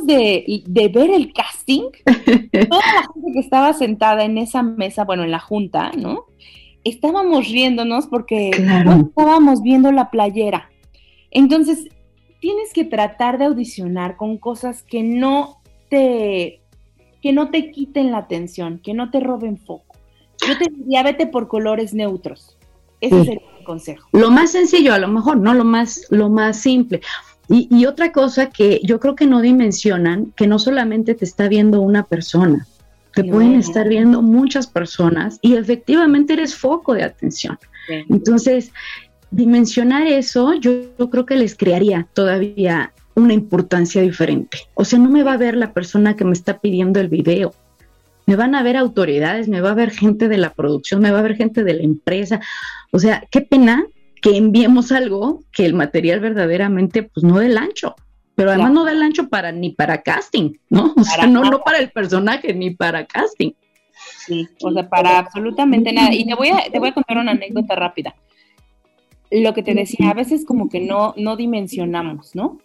ver el casting, toda la gente que estaba sentada en esa mesa, bueno, en la junta, ¿no? Estábamos riéndonos porque no estábamos viendo la playera. Entonces, tienes que tratar de audicionar con cosas que no te quiten la atención, que no te roben foco. Yo te diría, vete por colores neutros. Ese sería mi consejo. Lo más sencillo, a lo mejor, no lo más simple. Y otra cosa que yo creo que no dimensionan, que no solamente te está viendo una persona, te pueden estar viendo muchas personas y efectivamente eres foco de atención. Sí. Entonces, dimensionar eso, yo creo que les crearía todavía una importancia diferente. O sea, no me va a ver la persona que me está pidiendo el video. Me van a ver autoridades, me va a ver gente de la producción, me va a ver gente de la empresa. O sea, qué pena que enviemos algo que el material verdaderamente pues no dé el ancho, pero además no da el ancho ni para casting, ¿no? O sea, no para el personaje ni para casting. Sí, o sea, para absolutamente nada. Y te voy a contar una anécdota rápida. Lo que te decía, a veces como que no dimensionamos, ¿no?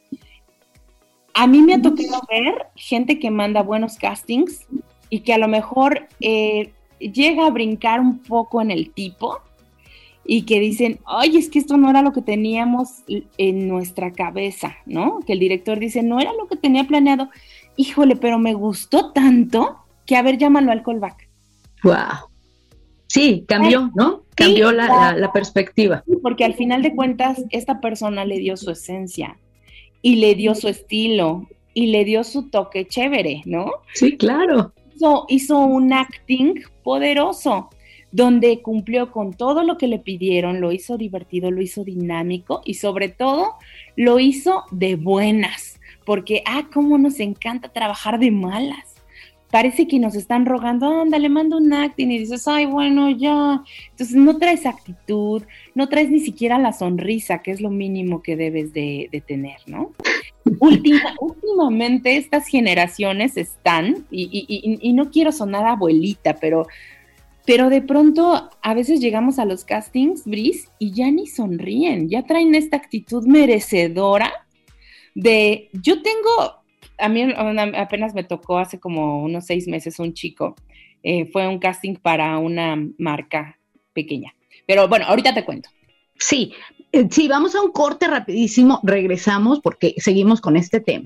A mí me ha tocado ver gente que manda buenos castings y que a lo mejor llega a brincar un poco en el tipo y que dicen, ay, es que esto no era lo que teníamos en nuestra cabeza, ¿no? Que el director dice, no era lo que tenía planeado. Híjole, pero me gustó tanto que, a ver, llámalo al callback. Wow. Sí, cambió, ¿no? Cambió la perspectiva. Porque al final de cuentas, esta persona le dio su esencia y le dio su estilo y le dio su toque chévere, ¿no? Sí, claro. Hizo un acting poderoso, donde cumplió con todo lo que le pidieron, lo hizo divertido, lo hizo dinámico y sobre todo lo hizo de buenas, porque, cómo nos encanta trabajar de malas. Parece que nos están rogando, ándale, manda un acting, y dices, ay, bueno, ya. Entonces no traes actitud, no traes ni siquiera la sonrisa, que es lo mínimo que debes de tener, ¿no? Últimamente estas generaciones están, y no quiero sonar abuelita, pero de pronto a veces llegamos a los castings, Bris, y ya ni sonríen, ya traen esta actitud merecedora de, yo tengo... A mí apenas me tocó hace como unos 6 meses un chico, fue un casting para una marca pequeña, pero bueno, ahorita te cuento. Sí, vamos a un corte rapidísimo, regresamos porque seguimos con este tema.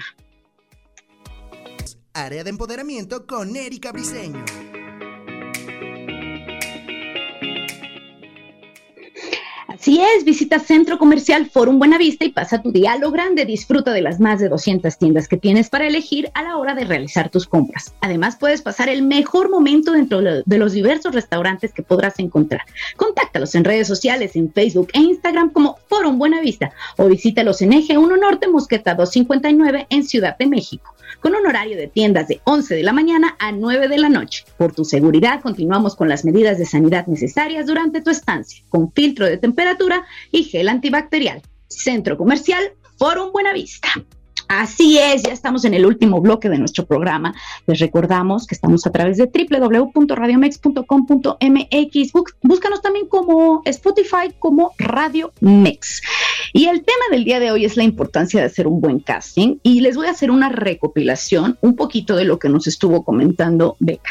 Área de empoderamiento con Erika Briceño. Así es, visita Centro Comercial Forum Buenavista y pasa tu día a lo grande. Disfruta de las más de 200 tiendas que tienes para elegir a la hora de realizar tus compras. Además, puedes pasar el mejor momento dentro de los diversos restaurantes que podrás encontrar. Contáctalos en redes sociales, en Facebook e Instagram como Forum Buenavista o visítalos en Eje 1 Norte, Mosqueta 259 en Ciudad de México, con un horario de tiendas de 11 de la mañana a 9 de la noche. Por tu seguridad, continuamos con las medidas de sanidad necesarias durante tu estancia, con filtro de temperatura y gel antibacterial. Centro Comercial Forum Buenavista. Así es, ya estamos en el último bloque de nuestro programa. Les recordamos que estamos a través de www.radiomex.com.mx. Búscanos también como Spotify, como Radio Mex. Y el tema del día de hoy es la importancia de hacer un buen casting. Y les voy a hacer una recopilación, un poquito de lo que nos estuvo comentando Beca.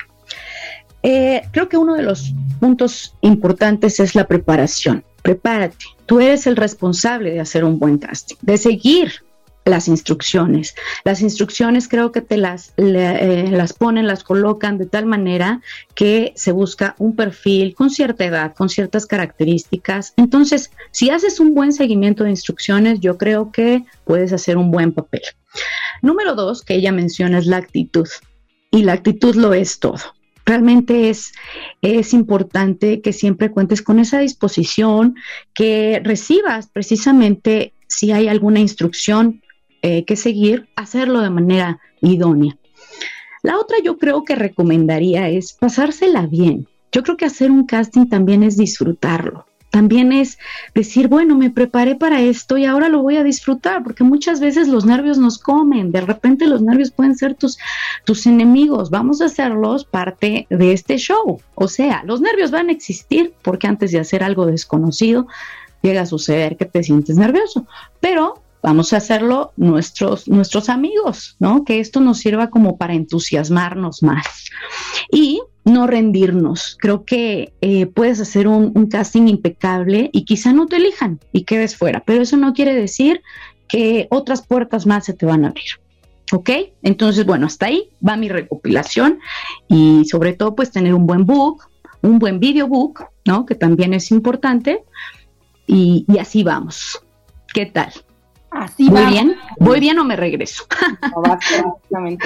Creo que uno de los puntos importantes es la preparación. Prepárate. Tú eres el responsable de hacer un buen casting, de seguir las instrucciones. Las instrucciones creo que te las ponen, las colocan de tal manera que se busca un perfil con cierta edad, con ciertas características. Entonces, si haces un buen seguimiento de instrucciones, yo creo que puedes hacer un buen papel. Número 2, que ella menciona, es la actitud. Y la actitud lo es todo. Realmente es importante que siempre cuentes con esa disposición, que recibas precisamente si hay alguna instrucción que seguir, hacerlo de manera idónea. La otra yo creo que recomendaría es pasársela bien. Yo creo que hacer un casting también es disfrutarlo. También es decir, bueno, me preparé para esto y ahora lo voy a disfrutar, porque muchas veces los nervios nos comen, de repente los nervios pueden ser tus enemigos, vamos a hacerlos parte de este show. O sea, los nervios van a existir porque antes de hacer algo desconocido llega a suceder que te sientes nervioso, pero vamos a hacerlo nuestros amigos, ¿no? Que esto nos sirva como para entusiasmarnos más. Y no rendirnos. Creo que puedes hacer un casting impecable y quizá no te elijan y quedes fuera, pero eso no quiere decir que otras puertas más se te van a abrir. ¿Ok? Entonces, bueno, hasta ahí va mi recopilación y sobre todo pues tener un buen book, un buen videobook, ¿no? Que también es importante y así vamos. ¿Qué tal? Así ¿Voy bien? ¿Voy bien o me regreso? No, vas perfectamente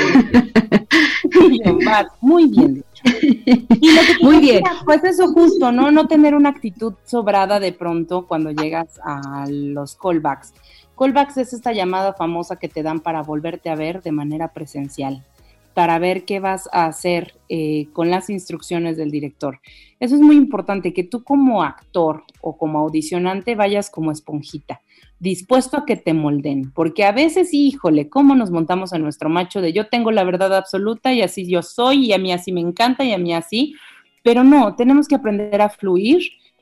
bien. Muy bien, de hecho. Y lo que muy bien. Pues eso justo, ¿no? No tener una actitud sobrada de pronto cuando llegas a los callbacks. Callbacks es esta llamada famosa que te dan para volverte a ver de manera presencial, para ver qué vas a hacer con las instrucciones del director. Eso es muy importante, que tú como actor o como audicionante vayas como esponjita, dispuesto a que te molden, porque a veces, híjole, cómo nos montamos en nuestro macho de yo tengo la verdad absoluta y así yo soy y a mí así me encanta y a mí así, pero no, tenemos que aprender a fluir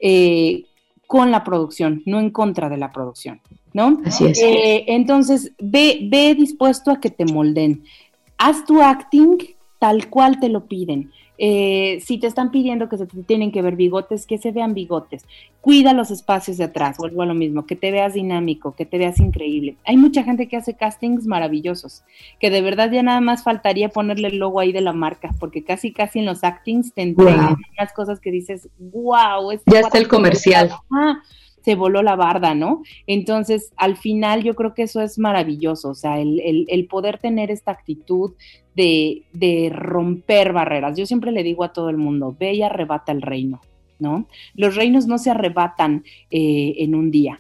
con la producción, no en contra de la producción, ¿no? Así es. Entonces, ve dispuesto a que te molden. Haz tu acting tal cual te lo piden. Si te están pidiendo que se te tienen que ver bigotes, que se vean bigotes. Cuida los espacios de atrás, vuelvo a lo mismo, que te veas dinámico, que te veas increíble. Hay mucha gente que hace castings maravillosos, que de verdad ya nada más faltaría ponerle el logo ahí de la marca, porque casi en los actings te entregan unas cosas que dices, wow. Ya está el comercial. Se voló la barda, ¿no? Entonces, al final yo creo que eso es maravilloso, o sea, el poder tener esta actitud de romper barreras. Yo siempre le digo a todo el mundo, ve y arrebata el reino, ¿no? Los reinos no se arrebatan en un día.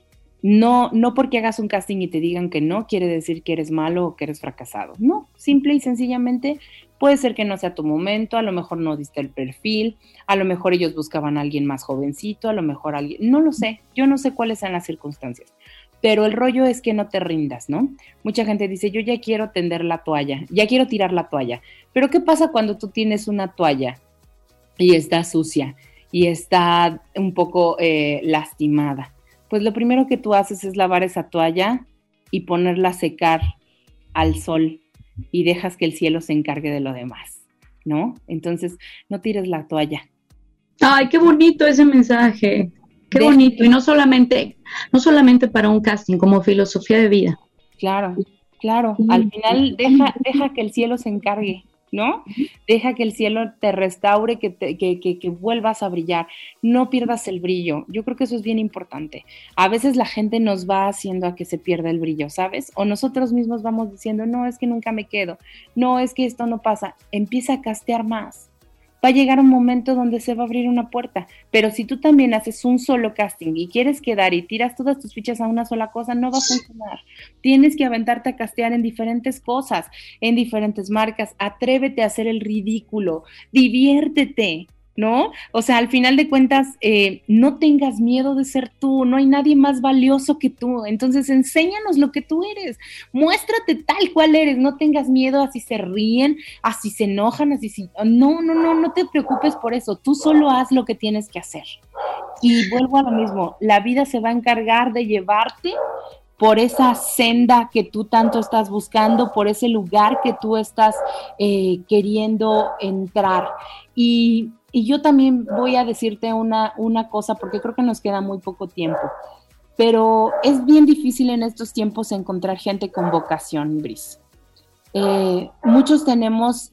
No porque hagas un casting y te digan que no, quiere decir que eres malo o que eres fracasado. No, simple y sencillamente puede ser que no sea tu momento, a lo mejor no diste el perfil, a lo mejor ellos buscaban a alguien más jovencito, a lo mejor alguien, no lo sé, yo no sé cuáles sean las circunstancias, pero el rollo es que no te rindas, ¿no? Mucha gente dice, yo ya quiero tender la toalla, ya quiero tirar la toalla, pero ¿qué pasa cuando tú tienes una toalla y está sucia y está un poco lastimada? Pues lo primero que tú haces es lavar esa toalla y ponerla a secar al sol y dejas que el cielo se encargue de lo demás, ¿no? Entonces, no tires la toalla. Ay, qué bonito ese mensaje, qué bonito, y no solamente para un casting, como filosofía de vida. Claro, al final deja que el cielo se encargue, ¿no? Deja que el cielo te restaure, que vuelvas a brillar, no pierdas el brillo. Yo creo que eso es bien importante. A veces la gente nos va haciendo a que se pierda el brillo, ¿sabes? O nosotros mismos vamos diciendo, no, es que nunca me quedo, no, es que esto no pasa. Empieza a castear más. Va a llegar un momento donde se va a abrir una puerta, pero si tú también haces un solo casting y quieres quedar y tiras todas tus fichas a una sola cosa, no va a funcionar. Tienes que aventarte a castear en diferentes cosas, en diferentes marcas, atrévete a hacer el ridículo, diviértete, ¿no? O sea, al final de cuentas, no tengas miedo de ser tú, no hay nadie más valioso que tú, entonces enséñanos lo que tú eres, muéstrate tal cual eres, no tengas miedo a si se ríen, a si se enojan, a si... No te preocupes por eso, tú solo haz lo que tienes que hacer. Y vuelvo a lo mismo, la vida se va a encargar de llevarte por esa senda que tú tanto estás buscando, por ese lugar que tú estás queriendo entrar. Y yo también voy a decirte una cosa, porque creo que nos queda muy poco tiempo, pero es bien difícil en estos tiempos encontrar gente con vocación, Brice. Muchos tenemos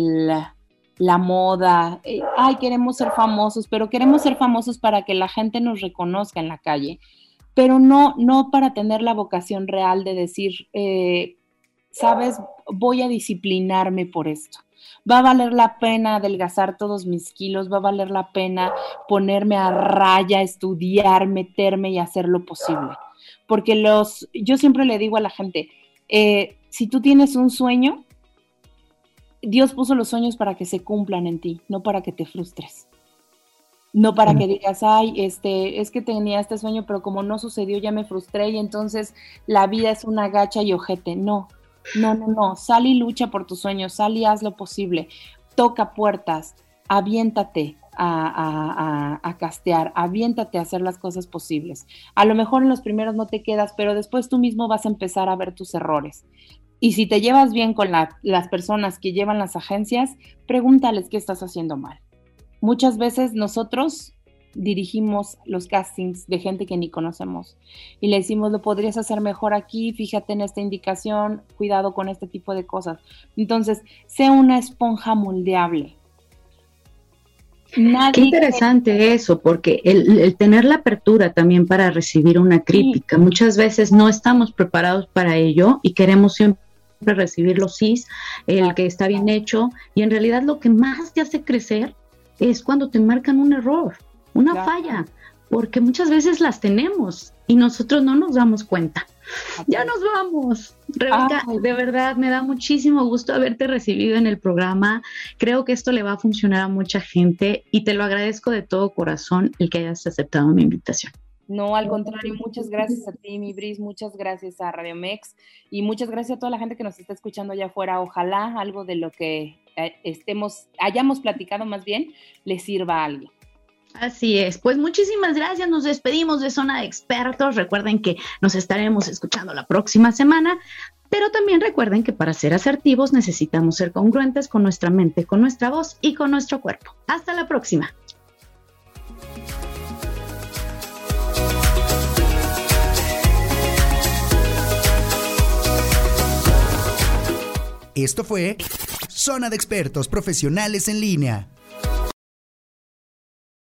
la moda, queremos ser famosos, pero queremos ser famosos para que la gente nos reconozca en la calle, pero no para tener la vocación real de decir, sabes, voy a disciplinarme por esto. Va a valer la pena adelgazar todos mis kilos, va a valer la pena ponerme a raya, estudiar, meterme y hacer lo posible. Porque yo siempre le digo a la gente, si tú tienes un sueño, Dios puso los sueños para que se cumplan en ti, no para que te frustres. No para que digas, es que tenía este sueño, pero como no sucedió ya me frustré y entonces la vida es una gacha y ojete. No. Sal y lucha por tus sueños, sal y haz lo posible. Toca puertas, aviéntate a castear, aviéntate a hacer las cosas posibles. A lo mejor en los primeros no te quedas, pero después tú mismo vas a empezar a ver tus errores. Y si te llevas bien con las personas que llevan las agencias, pregúntales qué estás haciendo mal. Muchas veces nosotros dirigimos los castings de gente que ni conocemos y le decimos, lo podrías hacer mejor aquí, fíjate en esta indicación, cuidado con este tipo de cosas. Entonces, sé una esponja moldeable. Qué interesante eso, porque el tener la apertura también para recibir una crítica, muchas veces no estamos preparados para ello y queremos siempre recibir los sís, el que está bien hecho, y en realidad lo que más te hace crecer es cuando te marcan un error, una falla, porque muchas veces las tenemos y nosotros no nos damos cuenta. Ya nos vamos. Rebeca, de verdad me da muchísimo gusto haberte recibido en el programa. Creo que esto le va a funcionar a mucha gente y te lo agradezco de todo corazón el que hayas aceptado mi invitación. No, al contrario, muchas gracias a ti, mi Brice, muchas gracias a Radio Mex y muchas gracias a toda la gente que nos está escuchando allá afuera. Ojalá algo de lo que hayamos platicado más bien les sirva a alguien. Así es, pues muchísimas gracias, nos despedimos de Zona de Expertos, recuerden que nos estaremos escuchando la próxima semana, Pero también recuerden que para ser asertivos necesitamos ser congruentes con nuestra mente, con nuestra voz y con nuestro cuerpo. Hasta la próxima. Esto fue Zona de Expertos Profesionales en Línea.